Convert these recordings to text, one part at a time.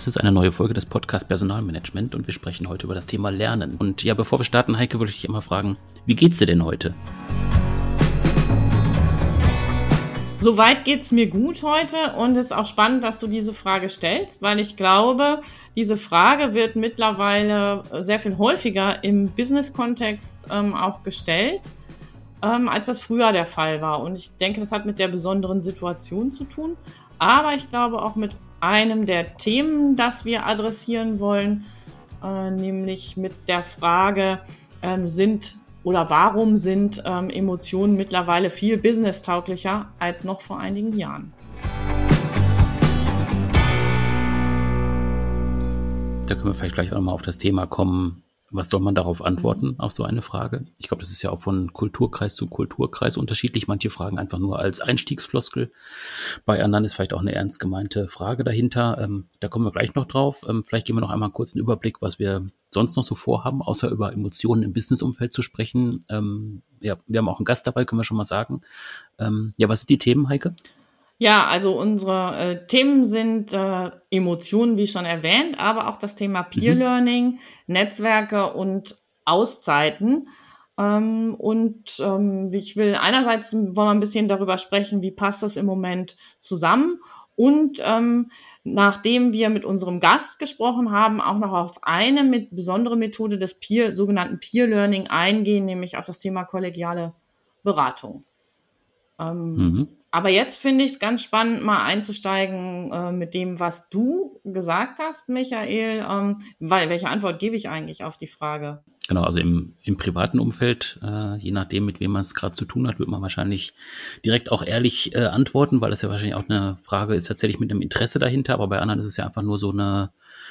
Das ist eine neue Folge des Podcasts Personalmanagement und wir sprechen heute über das Thema Lernen. Und ja, bevor wir starten, Heike, würde ich dich immer fragen, wie geht's dir denn heute? Soweit geht's mir gut heute und es ist auch spannend, dass du diese Frage stellst, weil ich glaube, diese Frage wird mittlerweile sehr viel häufiger im Business-Kontext auch gestellt, als das früher der Fall war. Und ich denke, das hat mit der besonderen Situation zu tun, aber ich glaube auch mit einem der Themen, das wir adressieren wollen, nämlich mit der Frage, warum sind Emotionen mittlerweile viel businesstauglicher als noch vor einigen Jahren? Da können wir vielleicht gleich auch nochmal auf das Thema kommen. Was soll man darauf antworten, auf so eine Frage? Ich glaube, das ist ja auch von Kulturkreis zu Kulturkreis unterschiedlich. Manche fragen einfach nur als Einstiegsfloskel. Bei anderen ist vielleicht auch eine ernst gemeinte Frage dahinter. Da kommen wir gleich noch drauf. Vielleicht geben wir noch einmal kurz einen Überblick, was wir sonst noch so vorhaben, außer über Emotionen im Businessumfeld zu sprechen. Wir haben auch einen Gast dabei, können wir schon mal sagen. Was sind die Themen, Heike? Ja, also unsere Themen sind Emotionen, wie schon erwähnt, aber auch das Thema Peer Learning, Netzwerke und Auszeiten. Ich will einerseits wollen wir ein bisschen darüber sprechen, wie passt das im Moment zusammen und nachdem wir mit unserem Gast gesprochen haben, auch noch auf eine besondere Methode des sogenannten Peer Learning eingehen, nämlich auf das Thema kollegiale Beratung. Aber jetzt finde ich es ganz spannend, mal einzusteigen mit dem, was du gesagt hast, Michael. Welche Antwort gebe ich eigentlich auf die Frage? Genau, also im privaten Umfeld, je nachdem, mit wem man es gerade zu tun hat, wird man wahrscheinlich direkt auch ehrlich antworten, weil das ja wahrscheinlich auch eine Frage ist tatsächlich mit einem Interesse dahinter. Aber bei anderen ist es ja einfach nur so eine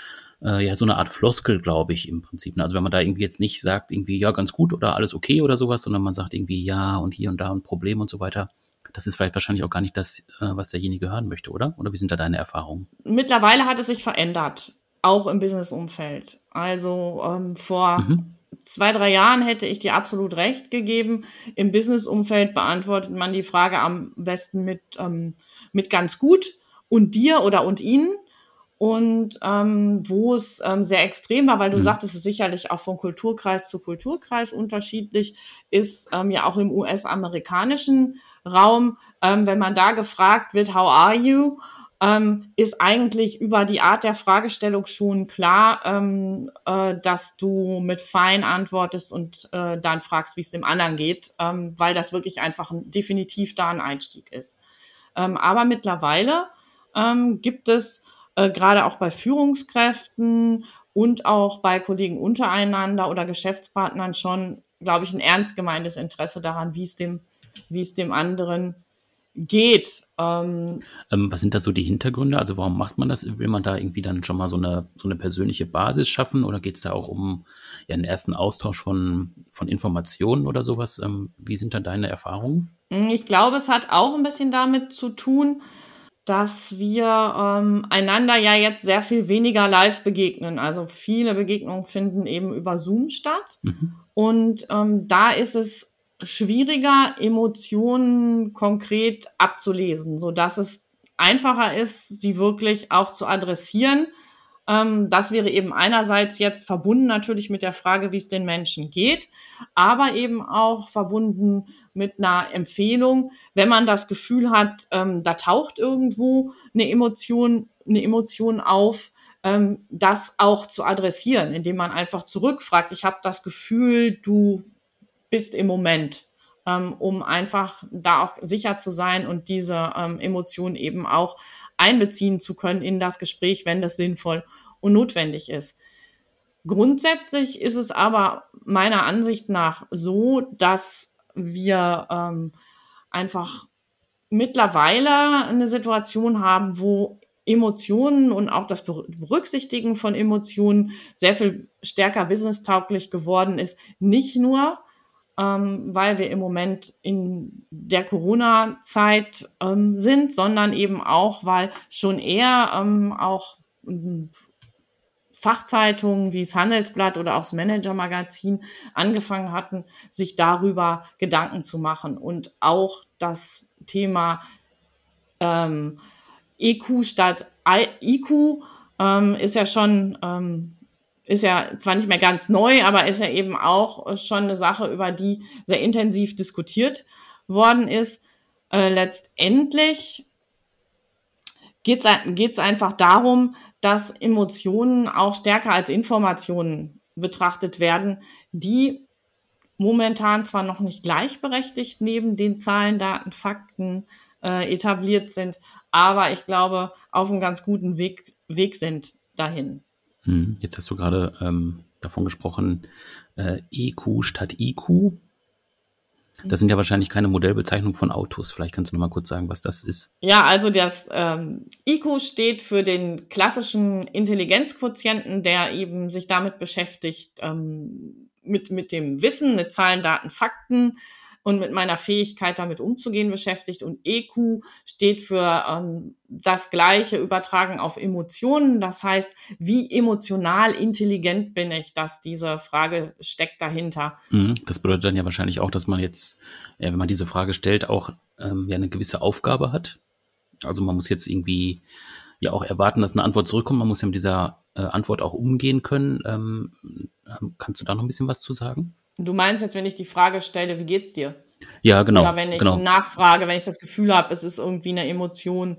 Art Floskel, glaube ich, im Prinzip. Also wenn man da irgendwie jetzt nicht sagt, irgendwie, ja, ganz gut oder alles okay oder sowas, sondern man sagt irgendwie, ja, und hier und da ein Problem und so weiter. Das ist vielleicht wahrscheinlich auch gar nicht das, was derjenige hören möchte, oder? Oder wie sind da deine Erfahrungen? Mittlerweile hat es sich verändert, auch im Businessumfeld. Also vor 2-3 Jahren hätte ich dir absolut recht gegeben. Im Businessumfeld beantwortet man die Frage am besten mit ganz gut und dir oder und ihnen. Und wo es sehr extrem war, weil du sagtest, es ist sicherlich auch von Kulturkreis zu Kulturkreis unterschiedlich, ist ja auch im US-amerikanischen Raum, wenn man da gefragt wird, how are you, ist eigentlich über die Art der Fragestellung schon klar, dass du mit fine antwortest und dann fragst, wie es dem anderen geht, weil das wirklich einfach definitiv da ein Einstieg ist. Aber mittlerweile gibt es gerade auch bei Führungskräften und auch bei Kollegen untereinander oder Geschäftspartnern schon, glaube ich, ein ernst gemeintes Interesse daran, wie es dem anderen geht. Was sind da so die Hintergründe? Also warum macht man das? Will man da irgendwie dann schon mal so eine persönliche Basis schaffen oder geht es da auch um einen ersten Austausch von Informationen oder sowas? Wie sind da deine Erfahrungen? Ich glaube, es hat auch ein bisschen damit zu tun, dass wir einander ja jetzt sehr viel weniger live begegnen. Also viele Begegnungen finden eben über Zoom statt. Und da ist es schwieriger, Emotionen konkret abzulesen, sodass es einfacher ist, sie wirklich auch zu adressieren. Das wäre eben einerseits jetzt verbunden natürlich mit der Frage, wie es den Menschen geht, aber eben auch verbunden mit einer Empfehlung, wenn man das Gefühl hat, da taucht irgendwo eine Emotion auf, das auch zu adressieren, indem man einfach zurückfragt. Ich habe das Gefühl, du bist im Moment, um einfach da auch sicher zu sein und diese Emotionen eben auch einbeziehen zu können in das Gespräch, wenn das sinnvoll und notwendig ist. Grundsätzlich ist es aber meiner Ansicht nach so, dass wir einfach mittlerweile eine Situation haben, wo Emotionen und auch das Berücksichtigen von Emotionen sehr viel stärker businesstauglich geworden ist. Nicht nur, weil wir im Moment in der Corona-Zeit sind, sondern eben auch, weil schon eher auch Fachzeitungen wie das Handelsblatt oder auch das Manager-Magazin angefangen hatten, sich darüber Gedanken zu machen und auch das Thema EQ statt IQ ist ja schon, ist ja zwar nicht mehr ganz neu, aber ist ja eben auch schon eine Sache, über die sehr intensiv diskutiert worden ist. Letztendlich geht's einfach darum, dass Emotionen auch stärker als Informationen betrachtet werden, die momentan zwar noch nicht gleichberechtigt neben den Zahlen, Daten, Fakten etabliert sind, aber ich glaube, auf einem ganz guten Weg sind dahin. Jetzt hast du gerade davon gesprochen, EQ statt IQ. Das sind ja wahrscheinlich keine Modellbezeichnungen von Autos. Vielleicht kannst du noch mal kurz sagen, was das ist. Ja, also das IQ steht für den klassischen Intelligenzquotienten, der eben sich damit beschäftigt, mit dem Wissen, mit Zahlen, Daten, Fakten und mit meiner Fähigkeit, damit umzugehen, beschäftigt. Und EQ steht für das Gleiche übertragen auf Emotionen. Das heißt, wie emotional intelligent bin ich, dass diese Frage steckt dahinter. Das bedeutet dann ja wahrscheinlich auch, dass man jetzt, wenn man diese Frage stellt, auch ja eine gewisse Aufgabe hat. Also man muss jetzt irgendwie ja auch erwarten, dass eine Antwort zurückkommt. Man muss ja mit dieser Antwort auch umgehen können. Kannst du da noch ein bisschen was zu sagen? Du meinst jetzt, wenn ich die Frage stelle, wie geht's dir? Ja, genau. Oder wenn ich nachfrage, wenn ich das Gefühl habe, es ist irgendwie eine Emotion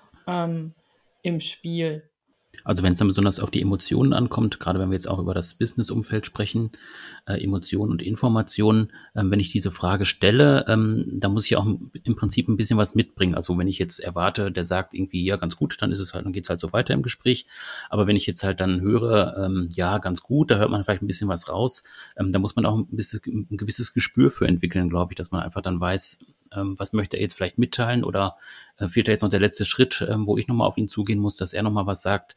im Spiel. Also wenn es dann besonders auf die Emotionen ankommt, gerade wenn wir jetzt auch über das Business-Umfeld sprechen, Emotionen und Informationen, wenn ich diese Frage stelle, dann muss ich auch im Prinzip ein bisschen was mitbringen. Also wenn ich jetzt erwarte, der sagt irgendwie, ja, ganz gut, dann ist es halt, dann geht's halt so weiter im Gespräch. Aber wenn ich jetzt halt dann höre, ja, ganz gut, da hört man vielleicht ein bisschen was raus, da muss man auch ein gewisses Gespür für entwickeln, glaube ich, dass man einfach dann weiß, was möchte er jetzt vielleicht mitteilen oder fehlt da jetzt noch der letzte Schritt, wo ich nochmal auf ihn zugehen muss, dass er nochmal was sagt.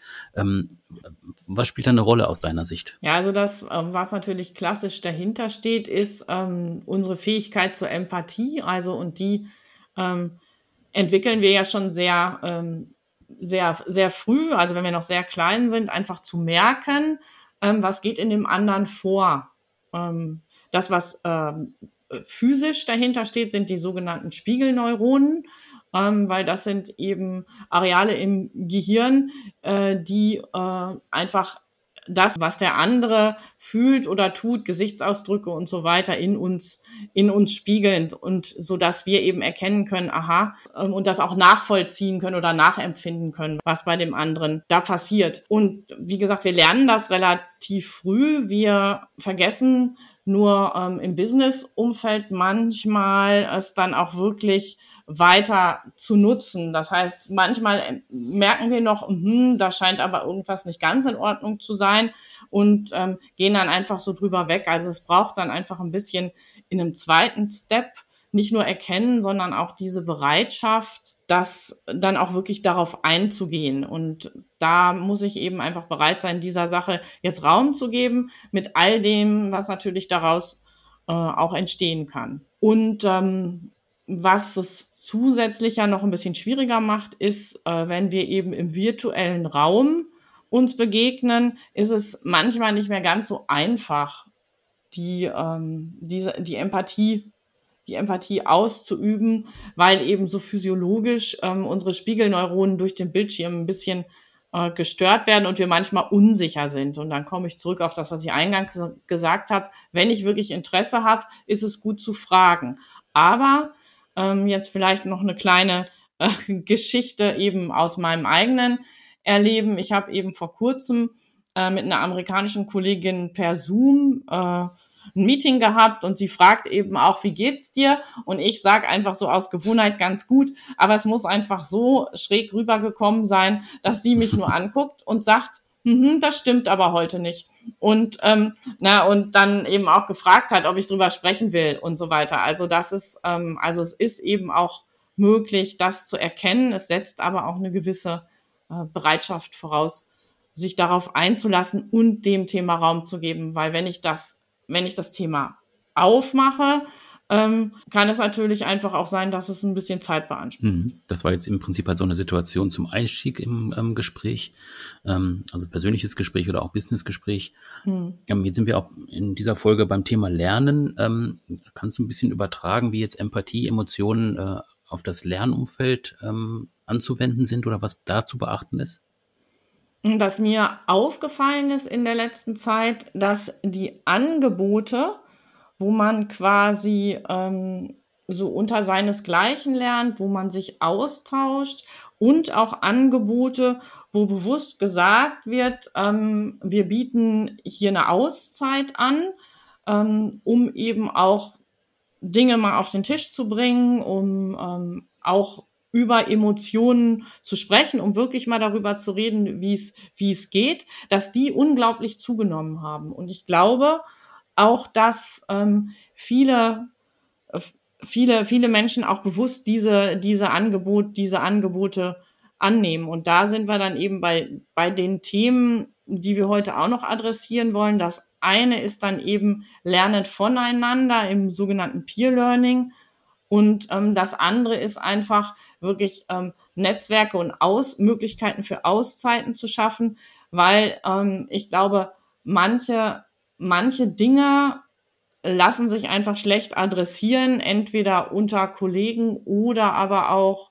Was spielt da eine Rolle aus deiner Sicht? Ja, also das, was natürlich klassisch dahinter steht, ist unsere Fähigkeit zur Empathie. Also und die entwickeln wir ja schon sehr, sehr früh, also wenn wir noch sehr klein sind, einfach zu merken, was geht in dem anderen vor. Das, was physisch dahinter steht, sind die sogenannten Spiegelneuronen, weil das sind eben Areale im Gehirn, die einfach das, was der andere fühlt oder tut, Gesichtsausdrücke und so weiter in uns spiegeln und so dass wir eben erkennen können, aha, und das auch nachvollziehen können oder nachempfinden können, was bei dem anderen da passiert. Und wie gesagt, wir lernen das relativ früh. Wir vergessen nur im Business-Umfeld manchmal es dann auch wirklich weiter zu nutzen. Das heißt, manchmal merken wir noch, da scheint aber irgendwas nicht ganz in Ordnung zu sein und gehen dann einfach so drüber weg. Also es braucht dann einfach ein bisschen in einem zweiten Step nicht nur erkennen, sondern auch diese Bereitschaft, das dann auch wirklich darauf einzugehen. Und da muss ich eben einfach bereit sein, dieser Sache jetzt Raum zu geben, mit all dem, was natürlich daraus auch entstehen kann. Und was es zusätzlich ja noch ein bisschen schwieriger macht, ist, wenn wir eben im virtuellen Raum uns begegnen, ist es manchmal nicht mehr ganz so einfach, die Empathie auszuüben, weil eben so physiologisch unsere Spiegelneuronen durch den Bildschirm ein bisschen gestört werden und wir manchmal unsicher sind. Und dann komme ich zurück auf das, was ich eingangs gesagt habe. Wenn ich wirklich Interesse habe, ist es gut zu fragen. Aber jetzt vielleicht noch eine kleine Geschichte eben aus meinem eigenen Erleben. Ich habe eben vor kurzem mit einer amerikanischen Kollegin per Zoom ein Meeting gehabt und sie fragt eben auch, wie geht's dir? Und ich sage einfach so aus Gewohnheit ganz gut, aber es muss einfach so schräg rübergekommen sein, dass sie mich nur anguckt und sagt, das stimmt aber heute nicht. Und und dann eben auch gefragt hat, ob ich drüber sprechen will und so weiter. Also das ist, also es ist eben auch möglich, das zu erkennen. Es setzt aber auch eine gewisse Bereitschaft voraus, sich darauf einzulassen und dem Thema Raum zu geben, weil wenn ich das Thema aufmache, kann es natürlich einfach auch sein, dass es ein bisschen Zeit beansprucht. Das war jetzt im Prinzip halt so eine Situation zum Einstieg im Gespräch, also persönliches Gespräch oder auch Businessgespräch. Jetzt sind wir auch in dieser Folge beim Thema Lernen. Kannst du ein bisschen übertragen, wie jetzt Empathie, Emotionen auf das Lernumfeld anzuwenden sind oder was da zu beachten ist? Dass mir aufgefallen ist in der letzten Zeit, dass die Angebote, wo man quasi so unter seinesgleichen lernt, wo man sich austauscht und auch Angebote, wo bewusst gesagt wird, wir bieten hier eine Auszeit an, um eben auch Dinge mal auf den Tisch zu bringen, um auch über Emotionen zu sprechen, um wirklich mal darüber zu reden, wie es geht, dass die unglaublich zugenommen haben. Und ich glaube auch, dass viele Menschen auch bewusst diese Angebote annehmen. Und da sind wir dann eben bei den Themen, die wir heute auch noch adressieren wollen. Das eine ist dann eben Lernen voneinander im sogenannten Peer Learning. Und das andere ist einfach wirklich Netzwerke und Möglichkeiten für Auszeiten zu schaffen, weil ich glaube, manche Dinge lassen sich einfach schlecht adressieren, entweder unter Kollegen oder aber auch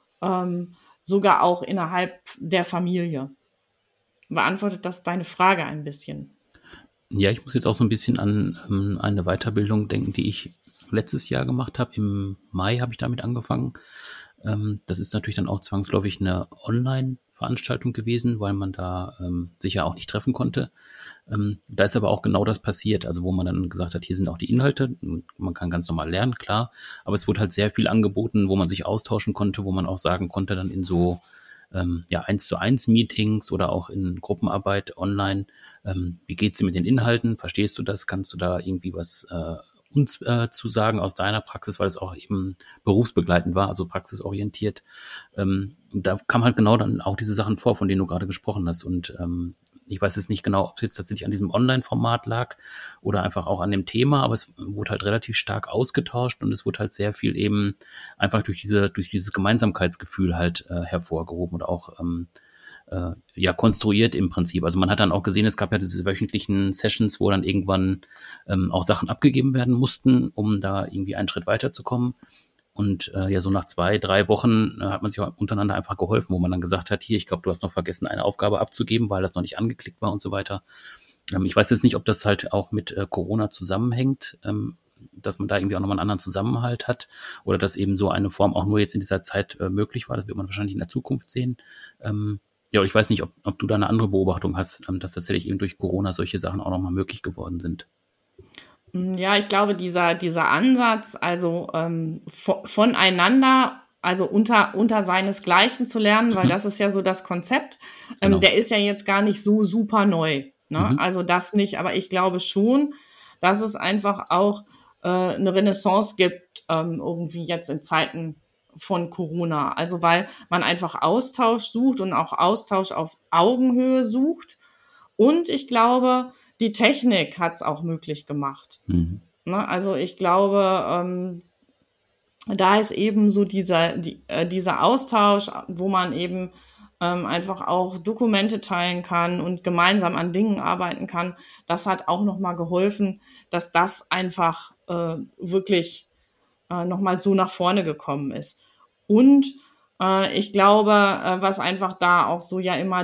sogar auch innerhalb der Familie. Beantwortet das deine Frage ein bisschen? Ja, ich muss jetzt auch so ein bisschen an eine Weiterbildung denken, die ich letztes Jahr gemacht habe. Im Mai habe ich damit angefangen. Das ist natürlich dann auch zwangsläufig eine Online-Veranstaltung gewesen, weil man da sich ja auch nicht treffen konnte. Da ist aber auch genau das passiert, also wo man dann gesagt hat, hier sind auch die Inhalte, man kann ganz normal lernen, klar, aber es wurde halt sehr viel angeboten, wo man sich austauschen konnte, wo man auch sagen konnte, dann in so 1:1 Meetings oder auch in Gruppenarbeit online, wie geht's dir mit den Inhalten, verstehst du das, kannst du da irgendwie was uns zu sagen aus deiner Praxis, weil es auch eben berufsbegleitend war, also praxisorientiert. Da kam halt genau dann auch diese Sachen vor, von denen du gerade gesprochen hast. Und ich weiß jetzt nicht genau, ob es jetzt tatsächlich an diesem Online-Format lag oder einfach auch an dem Thema, aber es wurde halt relativ stark ausgetauscht und es wurde halt sehr viel eben einfach durch dieses Gemeinsamkeitsgefühl halt hervorgehoben oder auch konstruiert im Prinzip. Also man hat dann auch gesehen, es gab ja diese wöchentlichen Sessions, wo dann irgendwann auch Sachen abgegeben werden mussten, um da irgendwie einen Schritt weiterzukommen. Und so nach 2-3 Wochen hat man sich auch untereinander einfach geholfen, wo man dann gesagt hat, hier, ich glaube, du hast noch vergessen, eine Aufgabe abzugeben, weil das noch nicht angeklickt war und so weiter. Ich weiß jetzt nicht, ob das halt auch mit Corona zusammenhängt, dass man da irgendwie auch nochmal einen anderen Zusammenhalt hat oder dass eben so eine Form auch nur jetzt in dieser Zeit möglich war. Das wird man wahrscheinlich in der Zukunft sehen. Und ich weiß nicht, ob du da eine andere Beobachtung hast, dass tatsächlich eben durch Corona solche Sachen auch nochmal möglich geworden sind. Ja, ich glaube, dieser Ansatz, also voneinander, also unter seinesgleichen zu lernen, weil das ist ja so das Konzept, Genau. der ist ja jetzt gar nicht so super neu. Ne? Also das nicht, aber ich glaube schon, dass es einfach auch eine Renaissance gibt, irgendwie jetzt in Zeiten von Corona. Also weil man einfach Austausch sucht und auch Austausch auf Augenhöhe sucht. Und ich glaube, die Technik hat es auch möglich gemacht. Ne? Also ich glaube, da ist eben so dieser Austausch, wo man eben einfach auch Dokumente teilen kann und gemeinsam an Dingen arbeiten kann, das hat auch nochmal geholfen, dass das einfach wirklich nochmal so nach vorne gekommen ist. Und ich glaube, was einfach da auch so ja immer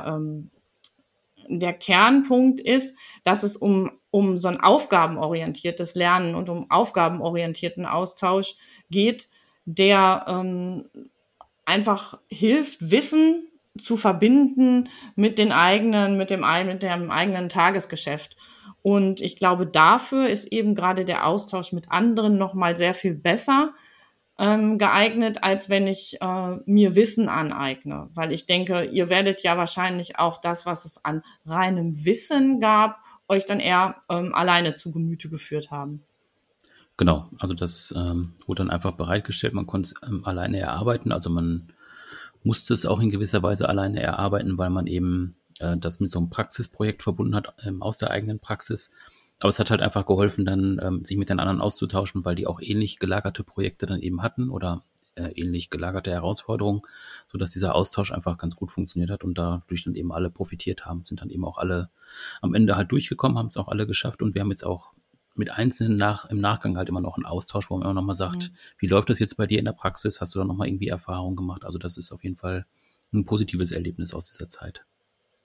der Kernpunkt ist, dass es um so ein aufgabenorientiertes Lernen und um aufgabenorientierten Austausch geht, der einfach hilft, Wissen zu verbinden mit dem eigenen Tagesgeschäft. Und ich glaube, dafür ist eben gerade der Austausch mit anderen nochmal sehr viel besser geeignet, als wenn ich mir Wissen aneigne. Weil ich denke, ihr werdet ja wahrscheinlich auch das, was es an reinem Wissen gab, euch dann eher alleine zu Gemüte geführt haben. Genau, also das wurde dann einfach bereitgestellt, man konnte es alleine erarbeiten, also man musste es auch in gewisser Weise alleine erarbeiten, weil man eben das mit so einem Praxisprojekt verbunden hat aus der eigenen Praxis. Aber es hat halt einfach geholfen, dann sich mit den anderen auszutauschen, weil die auch ähnlich gelagerte Projekte dann eben hatten oder ähnlich gelagerte Herausforderungen, sodass dieser Austausch einfach ganz gut funktioniert hat und dadurch dann eben alle profitiert haben, sind dann eben auch alle am Ende halt durchgekommen, haben es auch alle geschafft und wir haben jetzt auch mit Einzelnen im Nachgang halt immer noch einen Austausch, wo man immer noch mal sagt, wie läuft das jetzt bei dir in der Praxis? Hast du da noch mal irgendwie Erfahrungen gemacht? Also das ist auf jeden Fall ein positives Erlebnis aus dieser Zeit.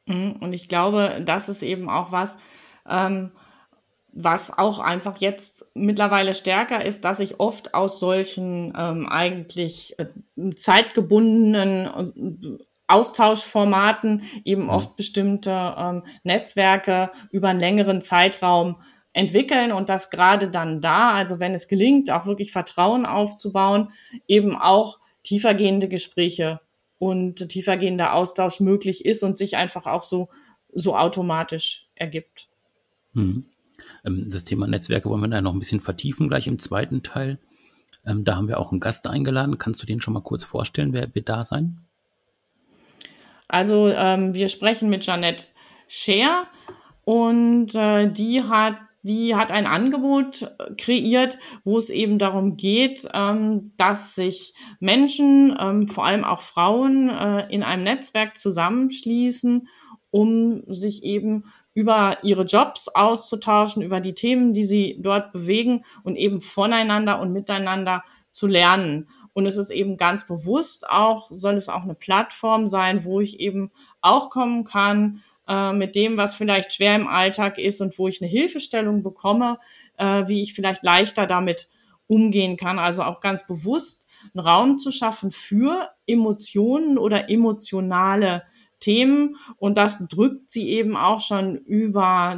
Und ich glaube, das ist eben auch was, was auch einfach jetzt mittlerweile stärker ist, dass ich oft aus solchen eigentlich zeitgebundenen Austauschformaten eben oft bestimmte Netzwerke über einen längeren Zeitraum entwickeln und dass gerade dann da, also wenn es gelingt, auch wirklich Vertrauen aufzubauen, eben auch tiefergehende Gespräche und tiefergehender Austausch möglich ist und sich einfach auch so automatisch ergibt. Das Thema Netzwerke wollen wir da noch ein bisschen vertiefen, gleich im zweiten Teil. Da haben wir auch einen Gast eingeladen. Kannst du den schon mal kurz vorstellen? Wer wird da sein? Also wir sprechen mit Jeanette Scher und die hat ein Angebot kreiert, wo es eben darum geht, dass sich Menschen, vor allem auch Frauen, in einem Netzwerk zusammenschließen, um sich eben über ihre Jobs auszutauschen, über die Themen, die sie dort bewegen und eben voneinander und miteinander zu lernen. Und es ist eben ganz bewusst auch, soll es auch eine Plattform sein, wo ich eben auch kommen kann, mit dem, was vielleicht schwer im Alltag ist und wo ich eine Hilfestellung bekomme, wie ich vielleicht leichter damit umgehen kann. Also auch ganz bewusst einen Raum zu schaffen für Emotionen oder emotionale Themen. Und das drückt sie eben auch schon über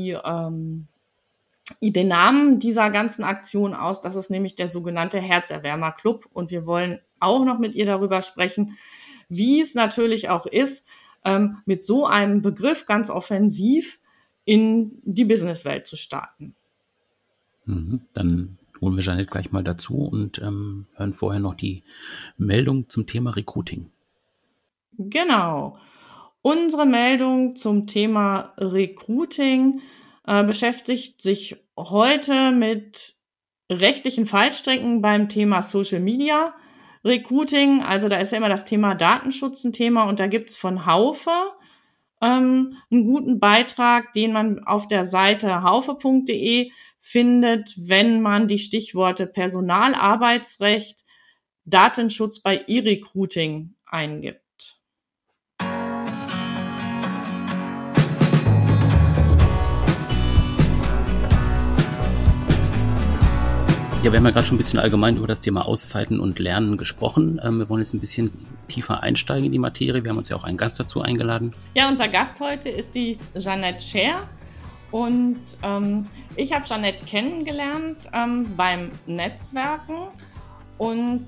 den Namen dieser ganzen Aktion aus. Das ist nämlich der sogenannte Herzerwärmer-Club. Und wir wollen auch noch mit ihr darüber sprechen, wie es natürlich auch ist, mit so einem Begriff ganz offensiv in die Businesswelt zu starten. Dann holen wir Jeanette gleich mal dazu und hören vorher noch die Meldung zum Thema Recruiting. Genau. Unsere Meldung zum Thema Recruiting beschäftigt sich heute mit rechtlichen Fallstricken beim Thema Social Media Recruiting. Also da ist ja immer das Thema Datenschutz ein Thema und da gibt's von Haufe einen guten Beitrag, den man auf der Seite haufe.de findet, wenn man die Stichworte Personalarbeitsrecht, Datenschutz bei E-Recruiting eingibt. Ja, wir haben ja gerade schon ein bisschen allgemein über das Thema Auszeiten und Lernen gesprochen. Wir wollen jetzt ein bisschen tiefer einsteigen in die Materie. Wir haben uns ja auch einen Gast dazu eingeladen. Ja, unser Gast heute ist die Jeanette Scher. Und ich habe Jeanette kennengelernt beim Netzwerken. Und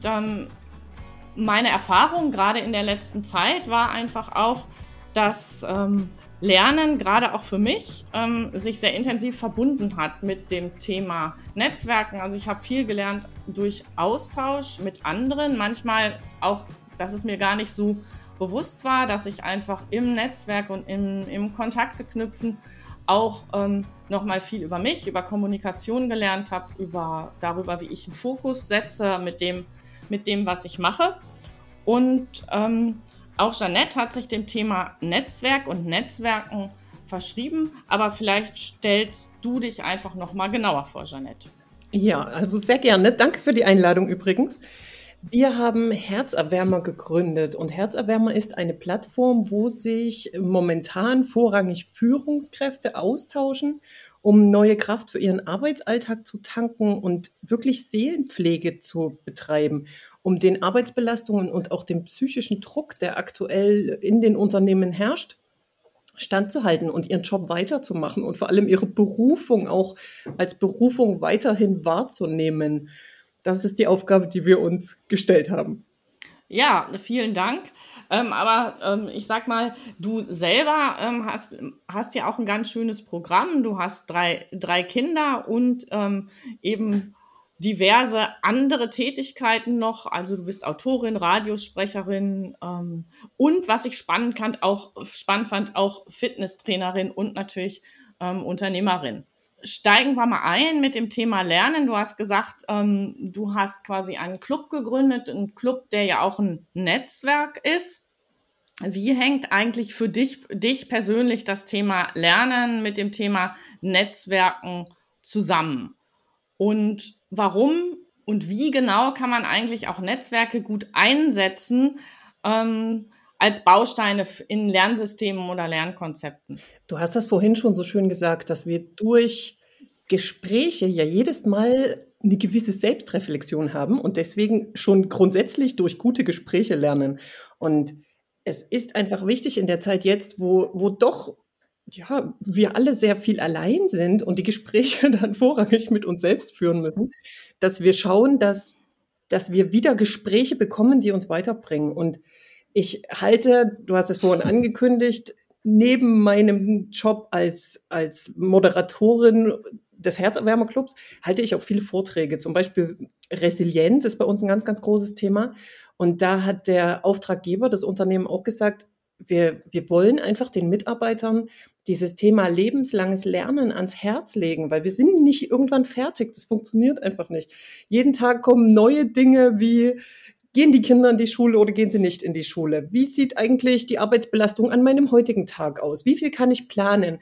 meine Erfahrung gerade in der letzten Zeit war einfach auch, dass Lernen, gerade auch für mich, sich sehr intensiv verbunden hat mit dem Thema Netzwerken. Also ich habe viel gelernt durch Austausch mit anderen. Manchmal auch, dass es mir gar nicht so bewusst war, dass ich einfach im Netzwerk und im Kontakte knüpfen auch nochmal viel über mich, über Kommunikation gelernt habe, darüber, wie ich einen Fokus setze mit dem, was ich mache. Und auch Jeanette hat sich dem Thema Netzwerk und Netzwerken verschrieben, aber vielleicht stellst du dich einfach noch mal genauer vor, Jeanette. Ja, also sehr gerne. Danke für die Einladung übrigens. Wir haben Herzerwärmer gegründet und Herzerwärmer ist eine Plattform, wo sich momentan vorrangig Führungskräfte austauschen, um neue Kraft für ihren Arbeitsalltag zu tanken und wirklich Seelenpflege zu betreiben, um den Arbeitsbelastungen und auch dem psychischen Druck, der aktuell in den Unternehmen herrscht, standzuhalten und ihren Job weiterzumachen und vor allem ihre Berufung auch als Berufung weiterhin wahrzunehmen. Das ist die Aufgabe, die wir uns gestellt haben. Ja, vielen Dank. Aber ich sag mal, du selber hast ja auch ein ganz schönes Programm. Du hast drei Kinder und eben diverse andere Tätigkeiten noch. Also du bist Autorin, Radiosprecherin und was ich spannend fand, auch Fitnesstrainerin und natürlich Unternehmerin. Steigen wir mal ein mit dem Thema Lernen. Du hast gesagt, du hast quasi einen Club gegründet, einen Club, der ja auch ein Netzwerk ist. Wie hängt eigentlich für dich persönlich das Thema Lernen mit dem Thema Netzwerken zusammen? Und warum und wie genau kann man eigentlich auch Netzwerke gut einsetzen, als Bausteine in Lernsystemen oder Lernkonzepten. Du hast das vorhin schon so schön gesagt, dass wir durch Gespräche ja jedes Mal eine gewisse Selbstreflexion haben und deswegen schon grundsätzlich durch gute Gespräche lernen. Und es ist einfach wichtig in der Zeit jetzt, wo doch ja, wir alle sehr viel allein sind und die Gespräche dann vorrangig mit uns selbst führen müssen, dass wir schauen, dass wir wieder Gespräche bekommen, die uns weiterbringen. Und ich halte, du hast es vorhin angekündigt, neben meinem Job als Moderatorin des Herzerwärmerclubs halte ich auch viele Vorträge. Zum Beispiel Resilienz ist bei uns ein ganz, ganz großes Thema. Und da hat der Auftraggeber, das Unternehmen, auch gesagt, wir wollen einfach den Mitarbeitern dieses Thema lebenslanges Lernen ans Herz legen, weil wir sind nicht irgendwann fertig. Das funktioniert einfach nicht. Jeden Tag kommen neue Dinge wie: Gehen die Kinder in die Schule oder gehen sie nicht in die Schule? Wie sieht eigentlich die Arbeitsbelastung an meinem heutigen Tag aus? Wie viel kann ich planen?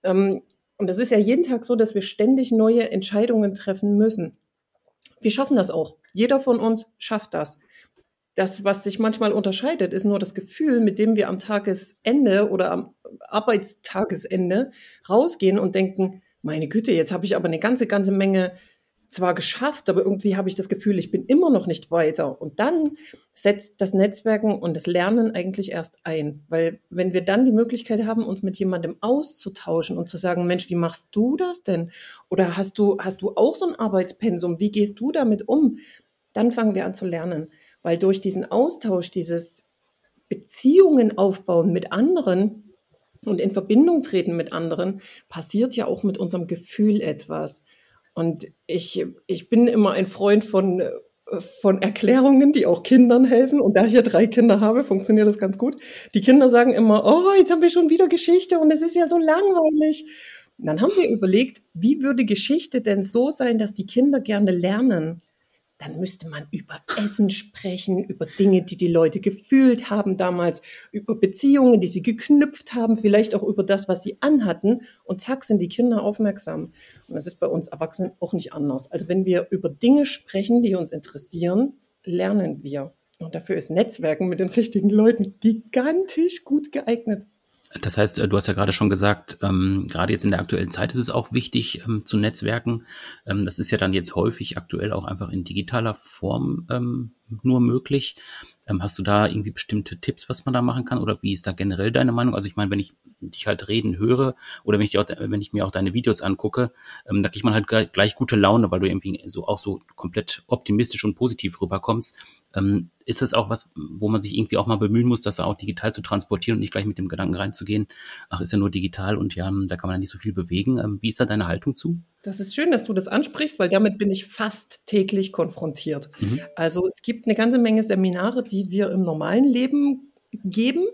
Und das ist ja jeden Tag so, dass wir ständig neue Entscheidungen treffen müssen. Wir schaffen das auch. Jeder von uns schafft das. Das, was sich manchmal unterscheidet, ist nur das Gefühl, mit dem wir am Tagesende oder am Arbeitstagesende rausgehen und denken: Meine Güte, jetzt habe ich aber eine ganze Menge zwar geschafft, aber irgendwie habe ich das Gefühl, ich bin immer noch nicht weiter. Und dann setzt das Netzwerken und das Lernen eigentlich erst ein. Weil wenn wir dann die Möglichkeit haben, uns mit jemandem auszutauschen und zu sagen: Mensch, wie machst du das denn? Oder hast du auch so ein Arbeitspensum? Wie gehst du damit um? Dann fangen wir an zu lernen. Weil durch diesen Austausch, dieses Beziehungen aufbauen mit anderen und in Verbindung treten mit anderen, passiert ja auch mit unserem Gefühl etwas. Und ich bin immer ein Freund von Erklärungen, die auch Kindern helfen. Und da ich ja 3 Kinder habe, funktioniert das ganz gut. Die Kinder sagen immer: Oh, jetzt haben wir schon wieder Geschichte und es ist ja so langweilig. Und dann haben wir überlegt, wie würde Geschichte denn so sein, dass die Kinder gerne lernen? Dann müsste man über Essen sprechen, über Dinge, die die Leute gefühlt haben damals, über Beziehungen, die sie geknüpft haben, vielleicht auch über das, was sie anhatten. Und zack, sind die Kinder aufmerksam. Und das ist bei uns Erwachsenen auch nicht anders. Also wenn wir über Dinge sprechen, die uns interessieren, lernen wir. Und dafür ist Netzwerken mit den richtigen Leuten gigantisch gut geeignet. Das heißt, du hast ja gerade schon gesagt, gerade jetzt in der aktuellen Zeit ist es auch wichtig, zu netzwerken. Das ist ja dann jetzt häufig aktuell auch einfach in digitaler Form nur möglich. Hast du da irgendwie bestimmte Tipps, was man da machen kann? Oder wie ist da generell deine Meinung? Also ich meine, wenn ich dich halt reden höre oder wenn ich mir auch deine Videos angucke, da kriegt man halt gleich gute Laune, weil du irgendwie so komplett optimistisch und positiv rüberkommst. Ist das auch was, wo man sich irgendwie auch mal bemühen muss, das auch digital zu transportieren und nicht gleich mit dem Gedanken reinzugehen: Ach, ist ja nur digital und ja, da kann man ja nicht so viel bewegen. Wie ist da deine Haltung zu? Das ist schön, dass du das ansprichst, weil damit bin ich fast täglich konfrontiert. Also es gibt eine ganze Menge Seminare, die wir im normalen Leben geben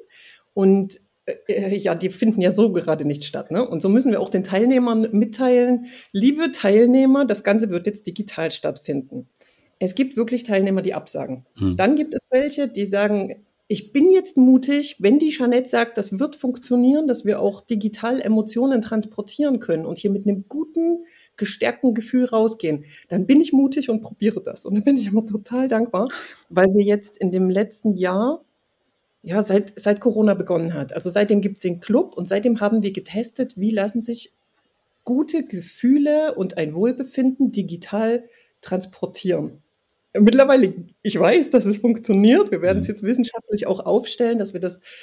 und ja, die finden ja so gerade nicht statt, ne? Und so müssen wir auch den Teilnehmern mitteilen: Liebe Teilnehmer, das Ganze wird jetzt digital stattfinden. Es gibt wirklich Teilnehmer, die absagen. Dann gibt es welche, die sagen: Ich bin jetzt mutig, wenn die Jeanette sagt, das wird funktionieren, dass wir auch digital Emotionen transportieren können und hier mit einem guten, gestärkten Gefühl rausgehen, dann bin ich mutig und probiere das. Und dann bin ich immer total dankbar, weil wir jetzt in dem letzten Jahr, ja, seit Corona begonnen hat, also seitdem gibt es den Club und seitdem haben wir getestet, wie lassen sich gute Gefühle und ein Wohlbefinden digital transportieren. Mittlerweile, ich weiß, dass es funktioniert. Wir werden es jetzt wissenschaftlich auch aufstellen, dass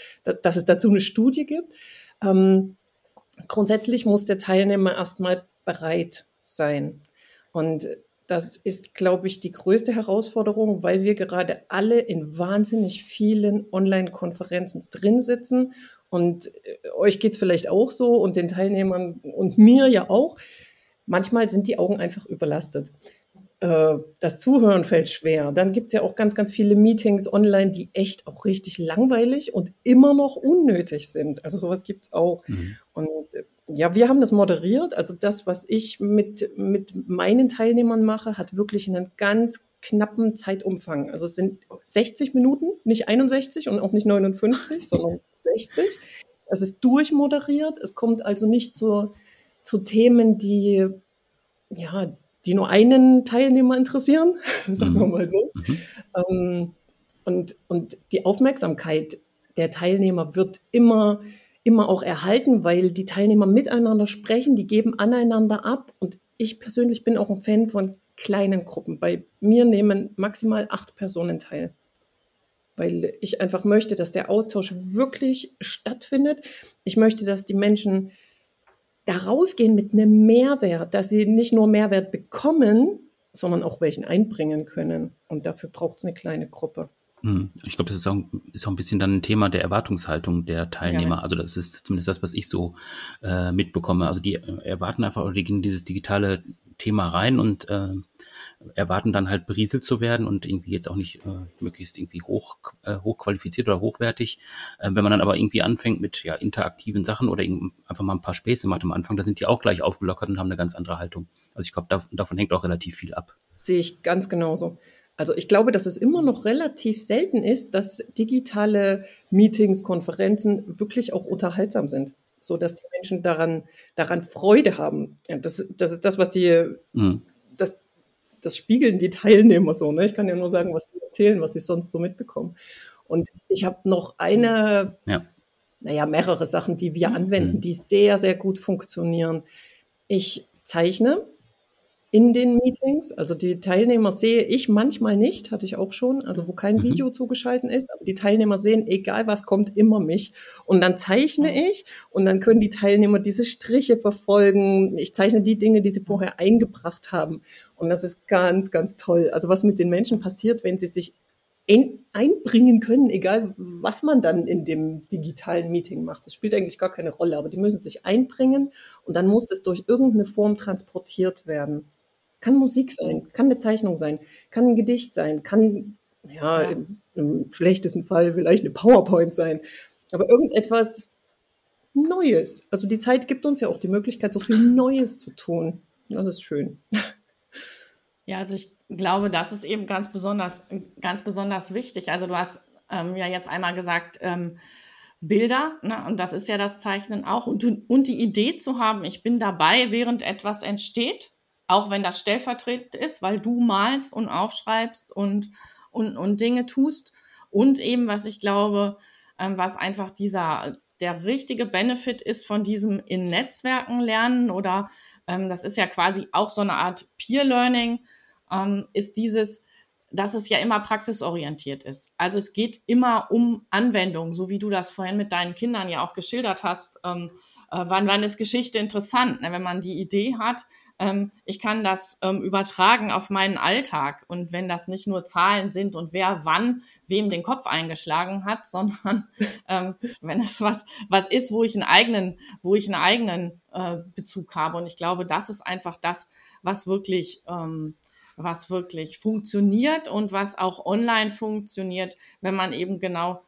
es dazu eine Studie gibt. Grundsätzlich muss der Teilnehmer erstmal bereit sein. Und das ist, glaube ich, die größte Herausforderung, weil wir gerade alle in wahnsinnig vielen Online-Konferenzen drin sitzen. Und euch geht es vielleicht auch so und den Teilnehmern und mir ja auch. Manchmal sind die Augen einfach überlastet. Das Zuhören fällt schwer. Dann gibt es ja auch ganz, ganz viele Meetings online, die echt auch richtig langweilig und immer noch unnötig sind. Also sowas gibt es auch. Und ja, wir haben das moderiert. Also das, was ich mit meinen Teilnehmern mache, hat wirklich einen ganz knappen Zeitumfang. Also es sind 60 Minuten, nicht 61 und auch nicht 59, sondern 60. Es ist durchmoderiert. Es kommt also nicht zu Themen, die nur einen Teilnehmer interessieren, sagen wir mal so. Und die Aufmerksamkeit der Teilnehmer wird immer auch erhalten, weil die Teilnehmer miteinander sprechen, die geben aneinander ab. Und ich persönlich bin auch ein Fan von kleinen Gruppen. Bei mir nehmen maximal 8 Personen teil, weil ich einfach möchte, dass der Austausch wirklich stattfindet. Ich möchte, dass die Menschen da rausgehen mit einem Mehrwert, dass sie nicht nur Mehrwert bekommen, sondern auch welchen einbringen können. Und dafür braucht es eine kleine Gruppe. Ich glaube, das ist auch ein bisschen dann ein Thema der Erwartungshaltung der Teilnehmer. Ja. Also das ist zumindest das, was ich so mitbekomme. Also die erwarten einfach oder die gehen in dieses digitale Thema rein und erwarten dann halt berieselt zu werden und irgendwie jetzt auch nicht möglichst irgendwie hochqualifiziert oder hochwertig. Wenn man dann aber irgendwie anfängt mit interaktiven Sachen oder einfach mal ein paar Späße macht am Anfang, da sind die auch gleich aufgelockert und haben eine ganz andere Haltung. Also ich glaube, davon hängt auch relativ viel ab. Sehe ich ganz genauso. Also ich glaube, dass es immer noch relativ selten ist, dass digitale Meetings, Konferenzen wirklich auch unterhaltsam sind, so dass die Menschen daran Freude haben. Ja, das ist das, was das spiegeln die Teilnehmer so. Ne? Ich kann ja nur sagen, was die erzählen, was sie sonst so mitbekommen. Und ich habe noch mehrere Sachen, die wir anwenden, die sehr, sehr gut funktionieren. Ich zeichne in den Meetings, also die Teilnehmer sehe ich manchmal nicht, hatte ich auch schon, also wo kein Video zugeschaltet ist, aber die Teilnehmer sehen, egal was kommt, immer mich. Und dann zeichne ich und dann können die Teilnehmer diese Striche verfolgen. Ich zeichne die Dinge, die sie vorher eingebracht haben. Und das ist ganz, ganz toll. Also was mit den Menschen passiert, wenn sie sich einbringen können, egal was man dann in dem digitalen Meeting macht. Das spielt eigentlich gar keine Rolle, aber die müssen sich einbringen und dann muss das durch irgendeine Form transportiert werden. Kann Musik sein, kann eine Zeichnung sein, kann ein Gedicht sein, kann im schlechtesten Fall vielleicht eine PowerPoint sein, aber irgendetwas Neues. Also die Zeit gibt uns ja auch die Möglichkeit, so viel Neues zu tun. Das ist schön. Ja, also ich glaube, das ist eben ganz besonders wichtig. Also du hast ja jetzt einmal gesagt, Bilder, ne? Und das ist ja das Zeichnen auch. Und die Idee zu haben, ich bin dabei, während etwas entsteht, auch wenn das stellvertretend ist, weil du malst und aufschreibst und Dinge tust. Und eben, was ich glaube, was einfach der richtige Benefit ist von diesem in Netzwerken lernen oder das ist ja quasi auch so eine Art Peer-Learning, ist dass es ja immer praxisorientiert ist. Also es geht immer um Anwendung, so wie du das vorhin mit deinen Kindern ja auch geschildert hast. Wann ist Geschichte interessant? Wenn man die Idee hat, ich kann das übertragen auf meinen Alltag. Und wenn das nicht nur Zahlen sind und wer wann wem den Kopf eingeschlagen hat, sondern wenn es was ist, wo ich einen eigenen Bezug habe. Und ich glaube, das ist einfach das, was wirklich funktioniert und was auch online funktioniert, wenn man eben genau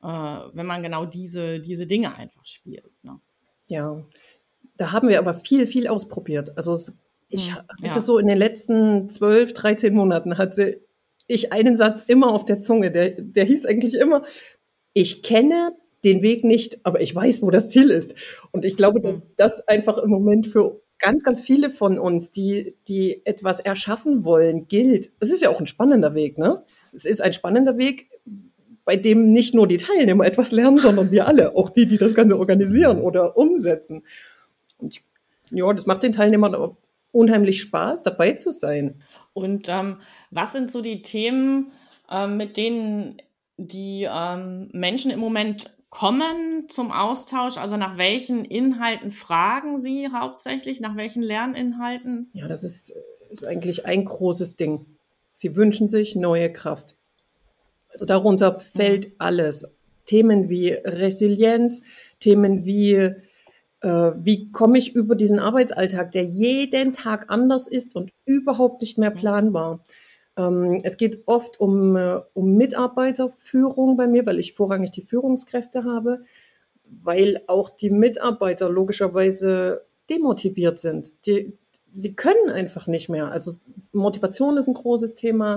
diese Dinge einfach spielt. Ne? Ja, da haben wir aber viel, viel ausprobiert. Also ich hatte so in den letzten 12, 13 Monaten hatte ich einen Satz immer auf der Zunge, der hieß eigentlich immer, ich kenne den Weg nicht, aber ich weiß, wo das Ziel ist. Und ich glaube, dass das einfach im Moment für ganz, ganz viele von uns, die etwas erschaffen wollen, gilt. Es ist ja auch ein spannender Weg, ne? Es ist ein spannender Weg, bei dem nicht nur die Teilnehmer etwas lernen, sondern wir alle, auch die das Ganze organisieren oder umsetzen. Und ja, das macht den Teilnehmern aber unheimlich Spaß, dabei zu sein. Und was sind so die Themen, mit denen die Menschen im Moment kommen zum Austausch? Also nach welchen Inhalten fragen Sie hauptsächlich? Nach welchen Lerninhalten? Ja, das ist eigentlich ein großes Ding. Sie wünschen sich neue Kraft. Also darunter fällt alles. Themen wie Resilienz, Themen wie komme ich über diesen Arbeitsalltag, der jeden Tag anders ist und überhaupt nicht mehr planbar. Es geht oft um Mitarbeiterführung bei mir, weil ich vorrangig die Führungskräfte habe, weil auch die Mitarbeiter logischerweise demotiviert sind. Sie können einfach nicht mehr. Also Motivation ist ein großes Thema.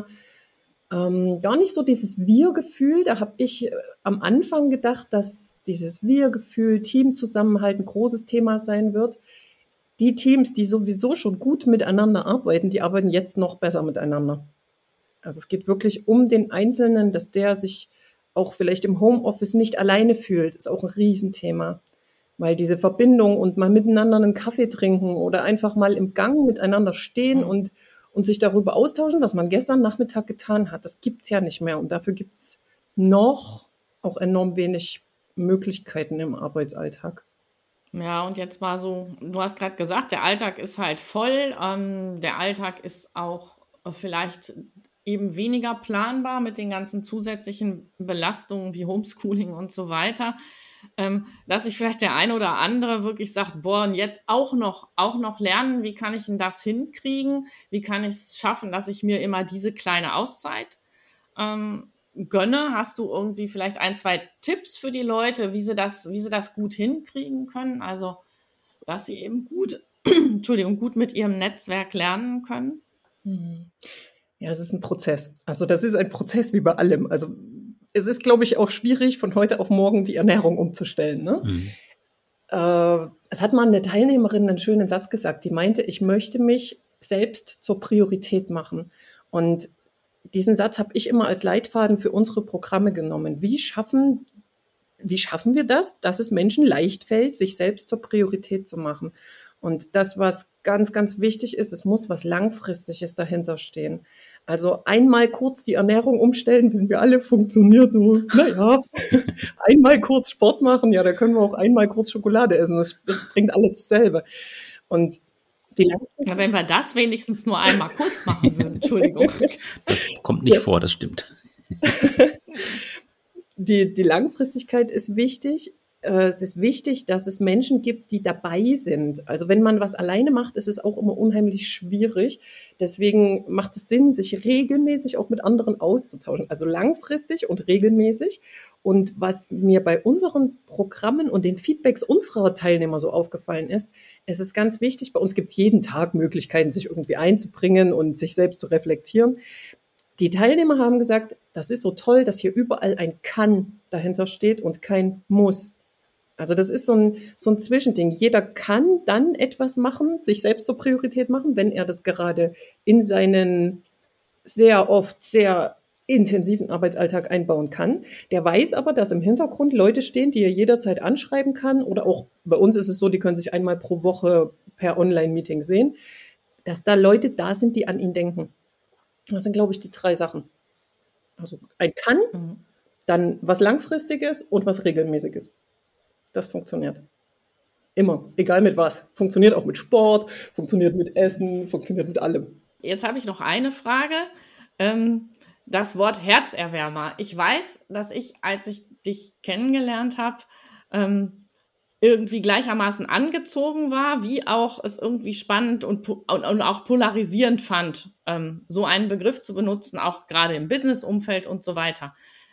Gar nicht so dieses Wir-Gefühl. Da habe ich am Anfang gedacht, dass dieses Wir-Gefühl, Teamzusammenhalt ein großes Thema sein wird. Die Teams, die sowieso schon gut miteinander arbeiten, die arbeiten jetzt noch besser miteinander. Also es geht wirklich um den Einzelnen, dass der sich auch vielleicht im Homeoffice nicht alleine fühlt, ist auch ein Riesenthema. Weil diese Verbindung und mal miteinander einen Kaffee trinken oder einfach mal im Gang miteinander stehen und sich darüber austauschen, was man gestern Nachmittag getan hat, das gibt's ja nicht mehr. Und dafür gibt's noch auch enorm wenig Möglichkeiten im Arbeitsalltag. Ja, und jetzt mal so, du hast gerade gesagt, der Alltag ist halt voll. Der Alltag ist auch vielleicht eben weniger planbar mit den ganzen zusätzlichen Belastungen wie Homeschooling und so weiter. Dass sich vielleicht der eine oder andere wirklich sagt, boah, und jetzt auch noch lernen, wie kann ich denn das hinkriegen? Wie kann ich es schaffen, dass ich mir immer diese kleine Auszeit gönne? Hast du irgendwie vielleicht 1, 2 Tipps für die Leute, wie sie das gut hinkriegen können? Also, dass sie eben gut mit ihrem Netzwerk lernen können? Ja, es ist ein Prozess. Also das ist ein Prozess wie bei allem. Also es ist, glaube ich, auch schwierig, von heute auf morgen die Ernährung umzustellen. Ne? Es hat mal eine Teilnehmerin einen schönen Satz gesagt, die meinte, ich möchte mich selbst zur Priorität machen. Und diesen Satz habe ich immer als Leitfaden für unsere Programme genommen. Wie schaffen wir das, dass es Menschen leicht fällt, sich selbst zur Priorität zu machen? Und das, was ganz, ganz wichtig ist, es muss was Langfristiges dahinter stehen. Also einmal kurz die Ernährung umstellen, wissen wir alle, funktioniert nur, naja, einmal kurz Sport machen, ja, da können wir auch einmal kurz Schokolade essen, das bringt alles dasselbe. Und wenn wir das wenigstens nur einmal kurz machen würden, Entschuldigung. Das kommt nicht vor, das stimmt. Die Langfristigkeit ist wichtig. Es ist wichtig, dass es Menschen gibt, die dabei sind. Also wenn man was alleine macht, ist es auch immer unheimlich schwierig. Deswegen macht es Sinn, sich regelmäßig auch mit anderen auszutauschen. Also langfristig und regelmäßig. Und was mir bei unseren Programmen und den Feedbacks unserer Teilnehmer so aufgefallen ist, es ist ganz wichtig, bei uns gibt es jeden Tag Möglichkeiten, sich irgendwie einzubringen und sich selbst zu reflektieren. Die Teilnehmer haben gesagt, das ist so toll, dass hier überall ein Kann dahinter steht und kein Muss. Also das ist so ein Zwischending. Jeder kann dann etwas machen, sich selbst zur Priorität machen, wenn er das gerade in seinen sehr oft sehr intensiven Arbeitsalltag einbauen kann. Der weiß aber, dass im Hintergrund Leute stehen, die er jederzeit anschreiben kann, oder auch bei uns ist es so, die können sich einmal pro Woche per Online-Meeting sehen, dass da Leute da sind, die an ihn denken. Das sind, glaube ich, die 3 Sachen. Also ein Kann, dann was Langfristiges und was Regelmäßiges. Das funktioniert. Immer, egal mit was. Funktioniert auch mit Sport, funktioniert mit Essen, funktioniert mit allem. Jetzt habe ich noch eine Frage. Das Wort Herzerwärmer. Ich weiß, dass ich, als ich dich kennengelernt habe, irgendwie gleichermaßen angezogen war, wie auch es irgendwie spannend und auch polarisierend fand, so einen Begriff zu benutzen, auch gerade im Business-Umfeld und so weiter.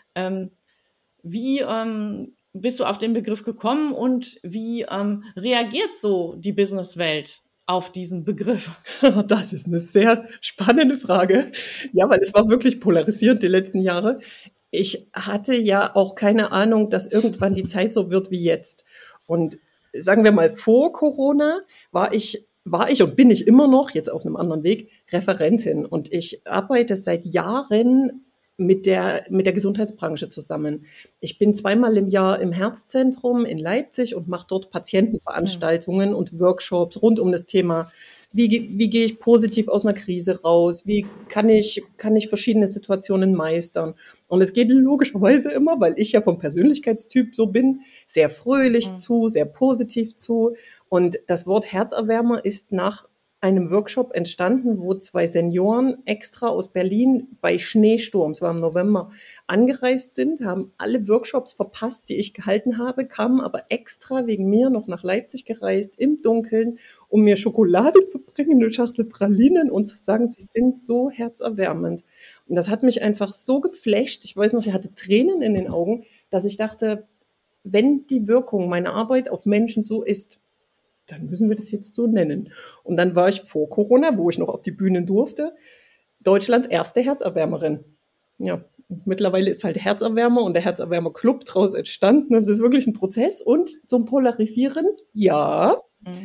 Wie bist du auf den Begriff gekommen und wie reagiert so die Businesswelt auf diesen Begriff? Das ist eine sehr spannende Frage. Ja, weil es war wirklich polarisierend die letzten Jahre. Ich hatte ja auch keine Ahnung, dass irgendwann die Zeit so wird wie jetzt. Und sagen wir mal, vor Corona war ich und bin ich immer noch, jetzt auf einem anderen Weg, Referentin. Und ich arbeite seit Jahren mit der Gesundheitsbranche zusammen. Ich bin 2-mal im Jahr im Herzzentrum in Leipzig und mache dort Patientenveranstaltungen und Workshops rund um das Thema, wie gehe ich positiv aus einer Krise raus, wie kann ich verschiedene Situationen meistern. Und es geht logischerweise immer, weil ich ja vom Persönlichkeitstyp so bin, sehr fröhlich zu, sehr positiv zu. Und das Wort Herzerwärmer ist nach einem Workshop entstanden, wo 2 Senioren extra aus Berlin bei Schneesturm, es war im November, angereist sind, haben alle Workshops verpasst, die ich gehalten habe, kamen aber extra wegen mir noch nach Leipzig gereist, im Dunkeln, um mir Schokolade zu bringen, eine Schachtel Pralinen und zu sagen, sie sind so herzerwärmend. Und das hat mich einfach so geflasht. Ich weiß noch, ich hatte Tränen in den Augen, dass ich dachte, wenn die Wirkung meiner Arbeit auf Menschen so ist, dann müssen wir das jetzt so nennen. Und dann war ich vor Corona, wo ich noch auf die Bühnen durfte, Deutschlands erste Herzerwärmerin. Ja, und mittlerweile ist halt Herzerwärmer und der Herzerwärmer-Club draus entstanden. Das ist wirklich ein Prozess. Und zum Polarisieren, ja,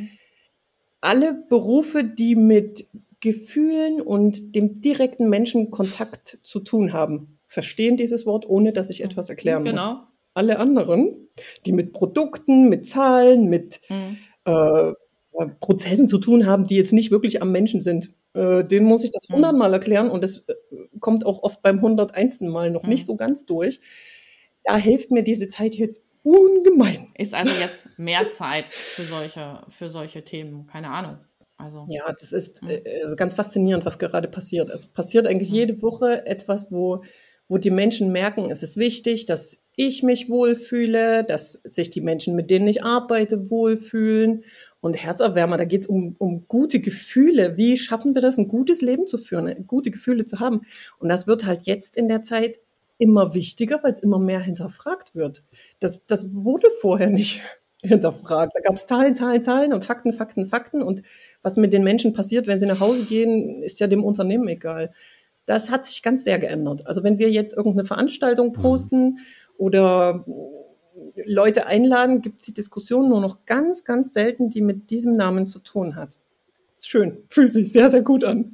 alle Berufe, die mit Gefühlen und dem direkten Menschenkontakt zu tun haben, verstehen dieses Wort, ohne dass ich etwas erklären muss. Genau. Alle anderen, die mit Produkten, mit Zahlen, mit Prozessen zu tun haben, die jetzt nicht wirklich am Menschen sind, denen muss ich das 100-mal erklären und das kommt auch oft beim 101. Mal noch nicht so ganz durch. Da hilft mir diese Zeit jetzt ungemein. Ist also jetzt mehr Zeit für solche Themen, keine Ahnung. Also. Ja, das ist ganz faszinierend, was gerade passiert. Es passiert eigentlich jede Woche etwas, wo die Menschen merken, es ist wichtig, dass ich mich wohlfühle, dass sich die Menschen, mit denen ich arbeite, wohlfühlen. Und Herzerwärmer, da geht es um gute Gefühle. Wie schaffen wir das, ein gutes Leben zu führen, gute Gefühle zu haben? Und das wird halt jetzt in der Zeit immer wichtiger, weil es immer mehr hinterfragt wird. Das wurde vorher nicht hinterfragt. Da gab es Zahlen und Fakten. Und was mit den Menschen passiert, wenn sie nach Hause gehen, ist ja dem Unternehmen egal. Das hat sich ganz sehr geändert. Also wenn wir jetzt irgendeine Veranstaltung posten oder Leute einladen, gibt es die Diskussion nur noch ganz, ganz selten, die mit diesem Namen zu tun hat. Ist schön, fühlt sich sehr, sehr gut an.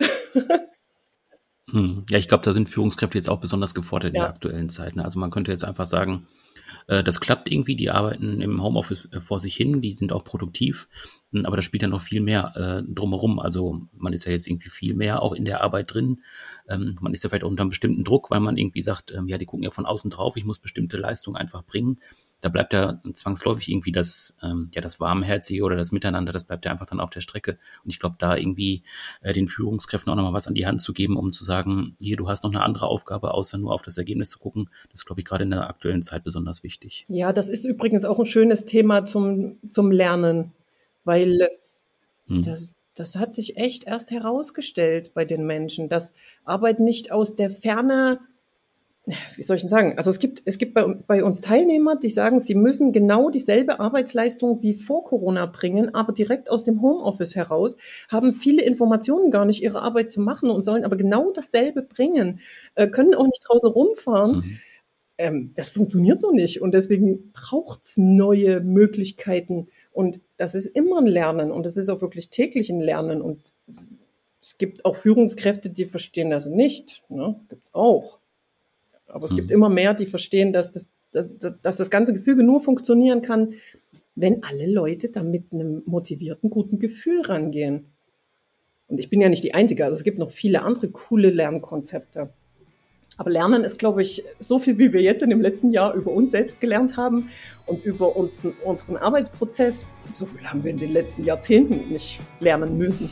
Ja, ich glaube, da sind Führungskräfte jetzt auch besonders gefordert in der aktuellen Zeit. Also man könnte jetzt einfach sagen, das klappt irgendwie, die arbeiten im Homeoffice vor sich hin, die sind auch produktiv, aber da spielt ja noch viel mehr drumherum. Also man ist ja jetzt irgendwie viel mehr auch in der Arbeit drin. Man ist ja vielleicht auch unter einem bestimmten Druck, weil man irgendwie sagt, ja, die gucken ja von außen drauf, ich muss bestimmte Leistungen einfach bringen. Da bleibt ja zwangsläufig irgendwie das Warmherzige oder das Miteinander, das bleibt ja einfach dann auf der Strecke. Und ich glaube, da irgendwie den Führungskräften auch nochmal was an die Hand zu geben, um zu sagen, hier, du hast noch eine andere Aufgabe, außer nur auf das Ergebnis zu gucken. Das ist, glaube ich, gerade in der aktuellen Zeit besonders wichtig. Ja, das ist übrigens auch ein schönes Thema zum Lernen, weil das hat sich echt erst herausgestellt bei den Menschen, dass Arbeit nicht aus der Ferne, wie soll ich denn sagen, also es gibt bei uns Teilnehmer, die sagen, sie müssen genau dieselbe Arbeitsleistung wie vor Corona bringen, aber direkt aus dem Homeoffice heraus, haben viele Informationen gar nicht, ihre Arbeit zu machen und sollen aber genau dasselbe bringen, können auch nicht draußen rumfahren. Das funktioniert so nicht und deswegen braucht es neue Möglichkeiten und das ist immer ein Lernen und das ist auch wirklich täglich ein Lernen und es gibt auch Führungskräfte, die verstehen das nicht, ne? Gibt's auch. Aber es gibt immer mehr, die verstehen, dass das ganze Gefüge nur funktionieren kann, wenn alle Leute da mit einem motivierten, guten Gefühl rangehen. Und ich bin ja nicht die Einzige, also es gibt noch viele andere coole Lernkonzepte. Aber Lernen ist, glaube ich, so viel, wie wir jetzt in dem letzten Jahr über uns selbst gelernt haben und über unseren Arbeitsprozess. So viel haben wir in den letzten Jahrzehnten nicht lernen müssen.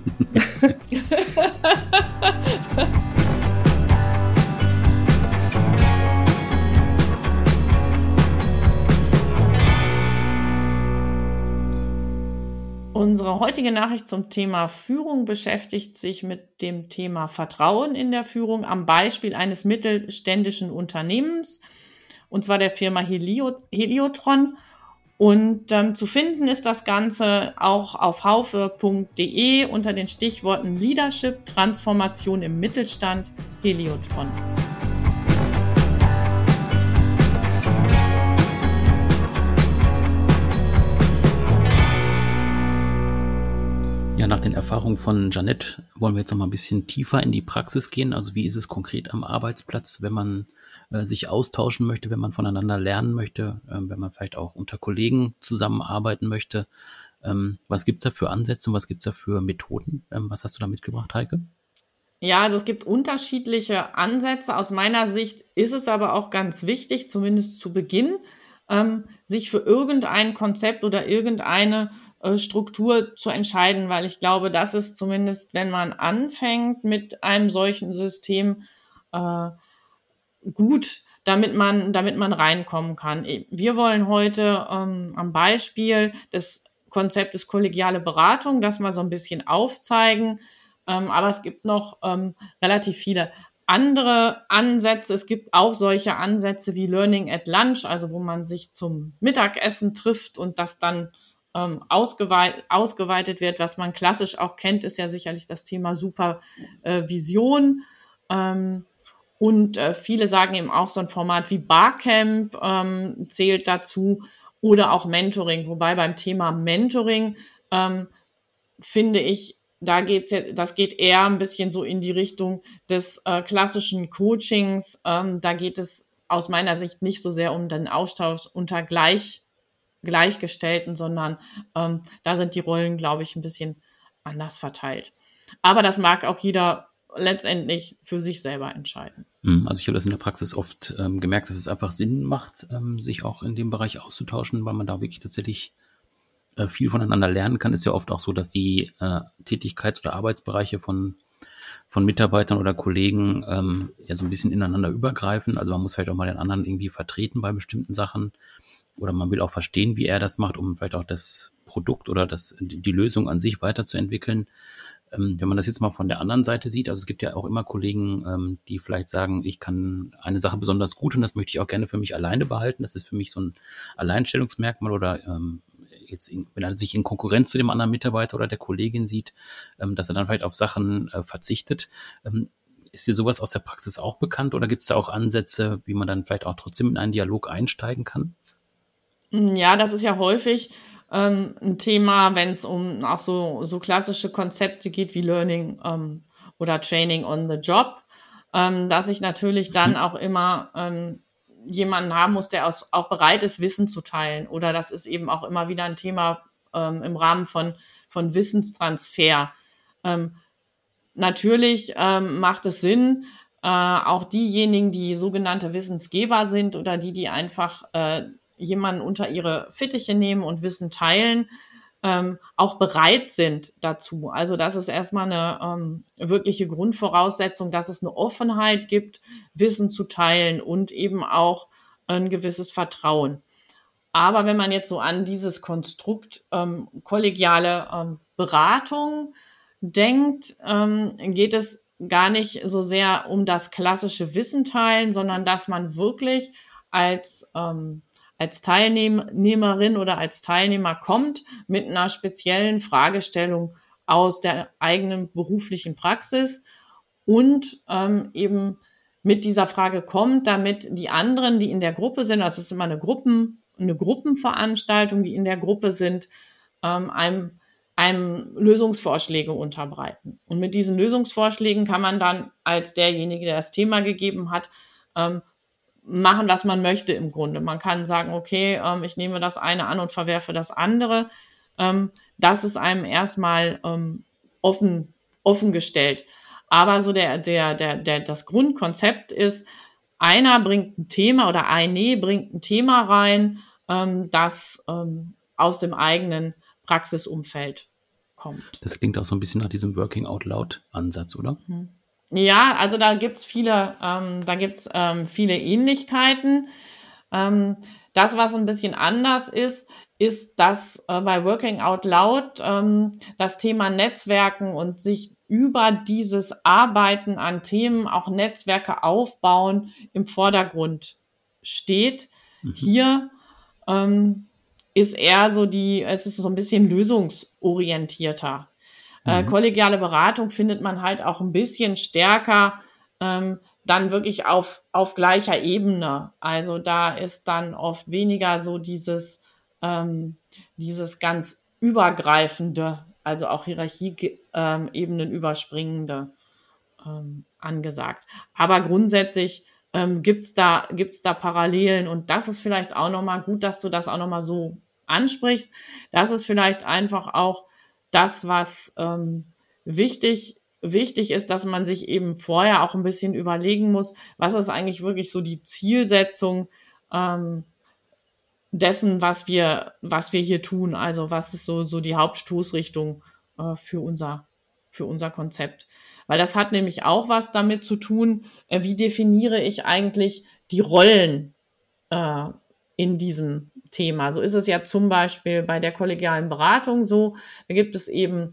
Unsere heutige Nachricht zum Thema Führung beschäftigt sich mit dem Thema Vertrauen in der Führung am Beispiel eines mittelständischen Unternehmens, und zwar der Firma Heliotron. Und zu finden ist das Ganze auch auf haufe.de unter den Stichworten Leadership, Transformation im Mittelstand, Heliotron. Ja, nach den Erfahrungen von Jeanette wollen wir jetzt noch mal ein bisschen tiefer in die Praxis gehen. Also wie ist es konkret am Arbeitsplatz, wenn man sich austauschen möchte, wenn man voneinander lernen möchte, wenn man vielleicht auch unter Kollegen zusammenarbeiten möchte. Was gibt's da für Ansätze und was gibt's da für Methoden? Was hast du da mitgebracht, Heike? Ja, also es gibt unterschiedliche Ansätze. Aus meiner Sicht ist es aber auch ganz wichtig, zumindest zu Beginn, sich für irgendein Konzept oder irgendeine Struktur zu entscheiden, weil ich glaube, das ist zumindest, wenn man anfängt mit einem solchen System, gut, damit man reinkommen kann. Wir wollen heute am Beispiel des Konzeptes kollegiale Beratung das mal so ein bisschen aufzeigen, aber es gibt noch relativ viele andere Ansätze. Es gibt auch solche Ansätze wie Learning at Lunch, also wo man sich zum Mittagessen trifft und das dann ausgeweitet wird. Was man klassisch auch kennt, ist ja sicherlich das Thema Supervision. Und viele sagen eben auch, so ein Format wie Barcamp zählt dazu oder auch Mentoring. Wobei beim Thema Mentoring finde ich, das geht eher ein bisschen so in die Richtung des klassischen Coachings. Da geht es aus meiner Sicht nicht so sehr um den Austausch unter Gleichgestellten, sondern da sind die Rollen, glaube ich, ein bisschen anders verteilt. Aber das mag auch jeder letztendlich für sich selber entscheiden. Also ich habe das in der Praxis oft gemerkt, dass es einfach Sinn macht, sich auch in dem Bereich auszutauschen, weil man da wirklich tatsächlich viel voneinander lernen kann. Ist ja oft auch so, dass die Tätigkeits- oder Arbeitsbereiche von Mitarbeitern oder Kollegen ja so ein bisschen ineinander übergreifen. Also man muss vielleicht auch mal den anderen irgendwie vertreten bei bestimmten Sachen oder man will auch verstehen, wie er das macht, um vielleicht auch das Produkt oder die Lösung an sich weiterzuentwickeln. Wenn man das jetzt mal von der anderen Seite sieht, also es gibt ja auch immer Kollegen, die vielleicht sagen, ich kann eine Sache besonders gut und das möchte ich auch gerne für mich alleine behalten. Das ist für mich so ein Alleinstellungsmerkmal oder wenn er sich in Konkurrenz zu dem anderen Mitarbeiter oder der Kollegin sieht, dass er dann vielleicht auf Sachen verzichtet. Ist dir sowas aus der Praxis auch bekannt oder gibt es da auch Ansätze, wie man dann vielleicht auch trotzdem in einen Dialog einsteigen kann? Ja, das ist ja häufig ein Thema, wenn es um auch so klassische Konzepte geht wie Learning oder Training on the Job, dass ich natürlich dann auch immer jemanden haben muss, der auch bereit ist, Wissen zu teilen. Oder das ist eben auch immer wieder ein Thema im Rahmen von Wissenstransfer. Natürlich macht es Sinn, auch diejenigen, die sogenannte Wissensgeber sind oder die einfach jemanden unter ihre Fittiche nehmen und Wissen teilen, auch bereit sind dazu. Also das ist erstmal eine wirkliche Grundvoraussetzung, dass es eine Offenheit gibt, Wissen zu teilen und eben auch ein gewisses Vertrauen. Aber wenn man jetzt so an dieses Konstrukt kollegiale Beratung denkt, geht es gar nicht so sehr um das klassische Wissen teilen, sondern dass man wirklich als Teilnehmerin oder als Teilnehmer kommt mit einer speziellen Fragestellung aus der eigenen beruflichen Praxis und eben mit dieser Frage kommt, damit die anderen, die in der Gruppe sind, das ist immer eine Gruppenveranstaltung, die in der Gruppe sind, einem Lösungsvorschläge unterbreiten. Und mit diesen Lösungsvorschlägen kann man dann als derjenige, der das Thema gegeben hat, machen, was man möchte im Grunde. Man kann sagen, okay, ich nehme das eine an und verwerfe das andere. Das ist einem erstmal offengestellt. Aber so das Grundkonzept ist, einer bringt ein Thema oder eine bringt ein Thema rein, das aus dem eigenen Praxisumfeld kommt. Das klingt auch so ein bisschen nach diesem Working Out Loud Ansatz, oder? Ja, also da gibt's viele Ähnlichkeiten. Das, was ein bisschen anders ist, dass bei Working Out Loud das Thema Netzwerken und sich über dieses Arbeiten an Themen auch Netzwerke aufbauen im Vordergrund steht. Hier ist eher es ist so ein bisschen lösungsorientierter. Kollegiale Beratung findet man halt auch ein bisschen stärker dann wirklich auf gleicher Ebene. Also da ist dann oft weniger so dieses ganz übergreifende, also auch Hierarchie-Ebenen überspringende angesagt. Aber grundsätzlich gibt's da Parallelen und das ist vielleicht auch nochmal gut, dass du das auch nochmal so ansprichst. Das ist vielleicht einfach auch das, was wichtig ist, dass man sich eben vorher auch ein bisschen überlegen muss, was ist eigentlich wirklich so die Zielsetzung dessen, was wir hier tun. Also was ist so die Hauptstoßrichtung für unser Konzept. Weil das hat nämlich auch was damit zu tun, wie definiere ich eigentlich die Rollen in diesem Thema. So ist es ja zum Beispiel bei der kollegialen Beratung so. Da gibt es eben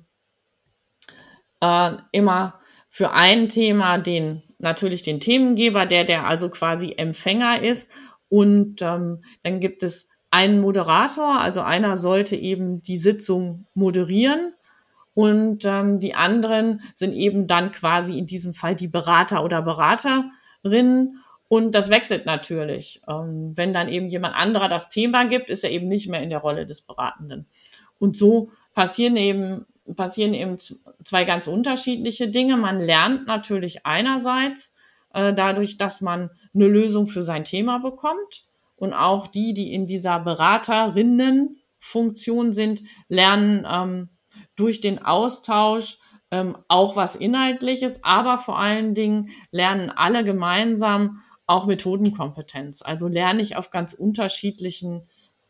immer für ein Thema natürlich den Themengeber, der also quasi Empfänger ist. Und dann gibt es einen Moderator, also einer sollte eben die Sitzung moderieren. Und die anderen sind eben dann quasi in diesem Fall die Berater oder Beraterinnen. Und das wechselt natürlich. Wenn dann eben jemand anderer das Thema gibt, ist er eben nicht mehr in der Rolle des Beratenden. Und so passieren eben passieren eben zwei ganz unterschiedliche Dinge. Man lernt natürlich einerseits dadurch, dass man eine Lösung für sein Thema bekommt. Und auch die in dieser Beraterinnenfunktion sind, lernen durch den Austausch auch was Inhaltliches, aber vor allen Dingen lernen alle gemeinsam auch Methodenkompetenz. Also lerne ich auf ganz unterschiedlichen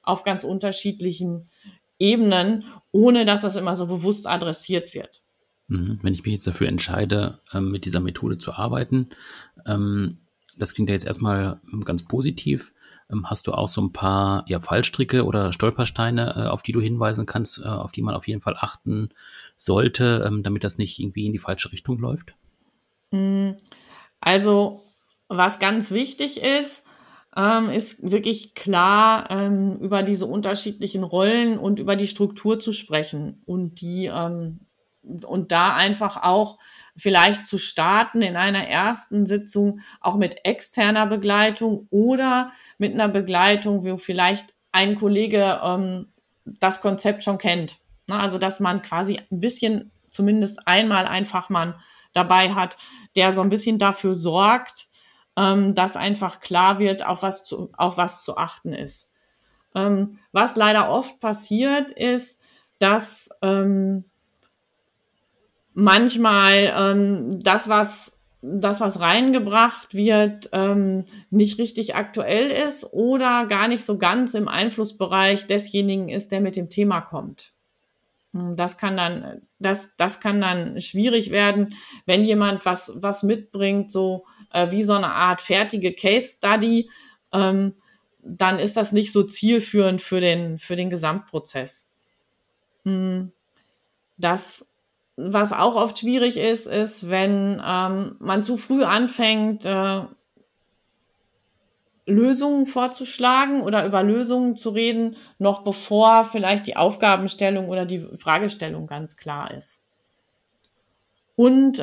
Ebenen, ohne dass das immer so bewusst adressiert wird. Wenn ich mich jetzt dafür entscheide, mit dieser Methode zu arbeiten, das klingt ja jetzt erstmal ganz positiv. Hast du auch so ein paar Fallstricke oder Stolpersteine, auf die du hinweisen kannst, auf die man auf jeden Fall achten sollte, damit das nicht irgendwie in die falsche Richtung läuft? Also, was ganz wichtig ist wirklich klar über diese unterschiedlichen Rollen und über die Struktur zu sprechen und und da einfach auch vielleicht zu starten in einer ersten Sitzung auch mit externer Begleitung oder mit einer Begleitung, wo vielleicht ein Kollege das Konzept schon kennt. Also dass man quasi ein bisschen, zumindest einmal ein Fachmann dabei hat, der so ein bisschen dafür sorgt, dass einfach klar wird, auf was zu achten ist. Was leider oft passiert ist, dass manchmal das, was reingebracht wird, nicht richtig aktuell ist oder gar nicht so ganz im Einflussbereich desjenigen ist, der mit dem Thema kommt. Das kann dann schwierig werden, wenn jemand was mitbringt, so wie so eine Art fertige Case Study, dann ist das nicht so zielführend für den Gesamtprozess. Was auch oft schwierig ist, wenn man zu früh anfängt, Lösungen vorzuschlagen oder über Lösungen zu reden, noch bevor vielleicht die Aufgabenstellung oder die Fragestellung ganz klar ist. Und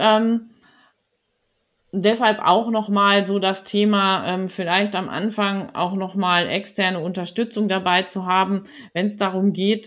deshalb auch nochmal so das Thema, vielleicht am Anfang auch nochmal externe Unterstützung dabei zu haben, wenn es darum geht,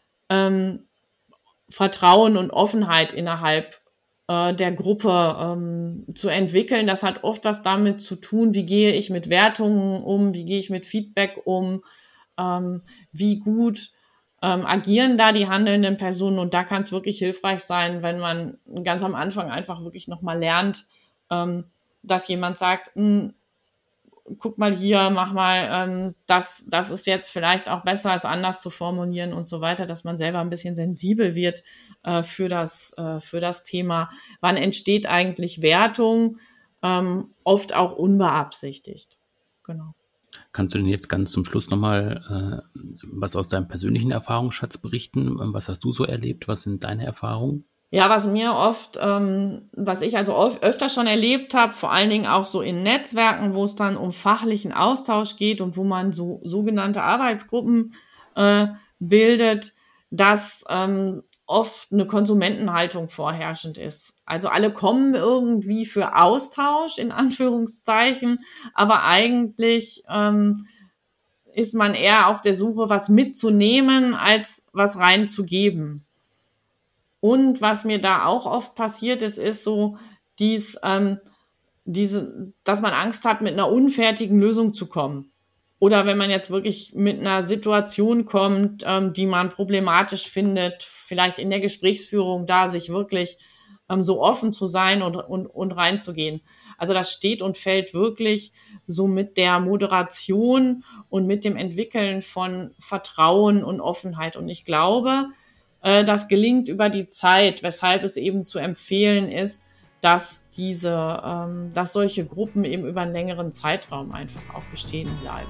Vertrauen und Offenheit innerhalb der Gruppe zu entwickeln. Das hat oft was damit zu tun, wie gehe ich mit Wertungen um, wie gehe ich mit Feedback um, wie gut agieren da die handelnden Personen. Und da kann es wirklich hilfreich sein, wenn man ganz am Anfang einfach wirklich nochmal lernt, dass jemand sagt, guck mal hier, mach mal, das ist jetzt vielleicht auch besser, als anders zu formulieren und so weiter, dass man selber ein bisschen sensibel wird für das Thema. Wann entsteht eigentlich Wertung? Oft auch unbeabsichtigt. Genau. Kannst du denn jetzt ganz zum Schluss nochmal was aus deinem persönlichen Erfahrungsschatz berichten? Was hast du so erlebt? Was sind deine Erfahrungen? Ja, was ich also öfter schon erlebt habe, vor allen Dingen auch so in Netzwerken, wo es dann um fachlichen Austausch geht und wo man so sogenannte Arbeitsgruppen bildet, dass oft eine Konsumentenhaltung vorherrschend ist. Also alle kommen irgendwie für Austausch, in Anführungszeichen, aber eigentlich ist man eher auf der Suche, was mitzunehmen, als was reinzugeben. Und was mir da auch oft passiert ist so dass man Angst hat, mit einer unfertigen Lösung zu kommen. Oder wenn man jetzt wirklich mit einer Situation kommt, die man problematisch findet, vielleicht in der Gesprächsführung da sich wirklich so offen zu sein und reinzugehen. Also das steht und fällt wirklich so mit der Moderation und mit dem Entwickeln von Vertrauen und Offenheit. Und ich glaube, das gelingt über die Zeit, weshalb es eben zu empfehlen ist, dass solche Gruppen eben über einen längeren Zeitraum einfach auch bestehen bleiben.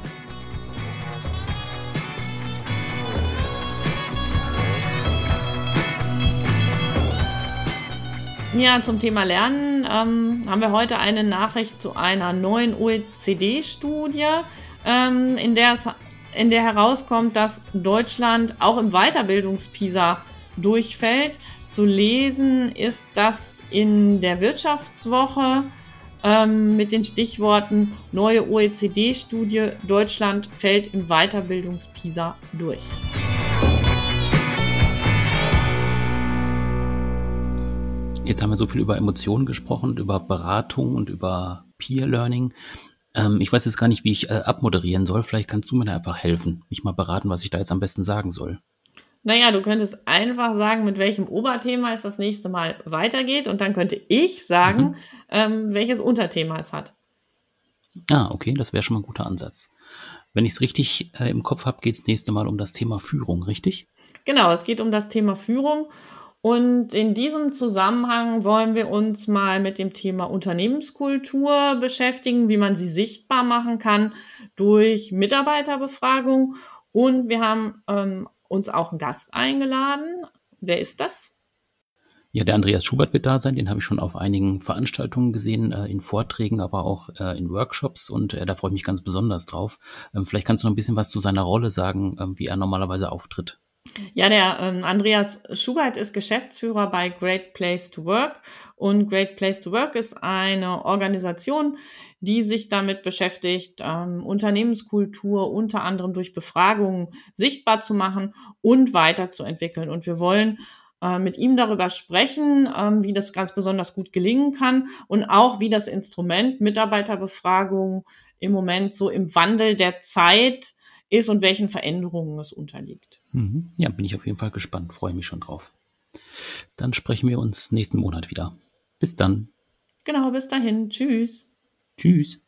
Ja, zum Thema Lernen haben wir heute eine Nachricht zu einer neuen OECD-Studie, in der herauskommt, dass Deutschland auch im Weiterbildungs-PISA durchfällt. Zu lesen ist das in der Wirtschaftswoche mit den Stichworten neue OECD-Studie, Deutschland fällt im Weiterbildungs-PISA durch. Jetzt haben wir so viel über Emotionen gesprochen, über Beratung und über Peer Learning. Ich weiß jetzt gar nicht, wie ich abmoderieren soll. Vielleicht kannst du mir da einfach helfen, mich mal beraten, was ich da jetzt am besten sagen soll. Naja, du könntest einfach sagen, mit welchem Oberthema es das nächste Mal weitergeht. Und dann könnte ich sagen, welches Unterthema es hat. Okay, das wäre schon mal ein guter Ansatz. Wenn ich es richtig im Kopf habe, geht es nächste Mal um das Thema Führung, richtig? Genau, es geht um das Thema Führung. Und in diesem Zusammenhang wollen wir uns mal mit dem Thema Unternehmenskultur beschäftigen, wie man sie sichtbar machen kann durch Mitarbeiterbefragung. Und wir haben uns auch einen Gast eingeladen. Wer ist das? Ja, der Andreas Schubert wird da sein. Den habe ich schon auf einigen Veranstaltungen gesehen, in Vorträgen, aber auch in Workshops. Und da freue ich mich ganz besonders drauf. Vielleicht kannst du noch ein bisschen was zu seiner Rolle sagen, wie er normalerweise auftritt. Ja, der Andreas Schubert ist Geschäftsführer bei Great Place to Work. Und Great Place to Work ist eine Organisation, die sich damit beschäftigt, Unternehmenskultur unter anderem durch Befragungen sichtbar zu machen und weiterzuentwickeln. Und wir wollen mit ihm darüber sprechen, wie das ganz besonders gut gelingen kann und auch wie das Instrument Mitarbeiterbefragung im Moment so im Wandel der Zeit ist und welchen Veränderungen es unterliegt. Ja, bin ich auf jeden Fall gespannt, freue mich schon drauf. Dann sprechen wir uns nächsten Monat wieder. Bis dann. Genau, bis dahin. Tschüss. Tschüss.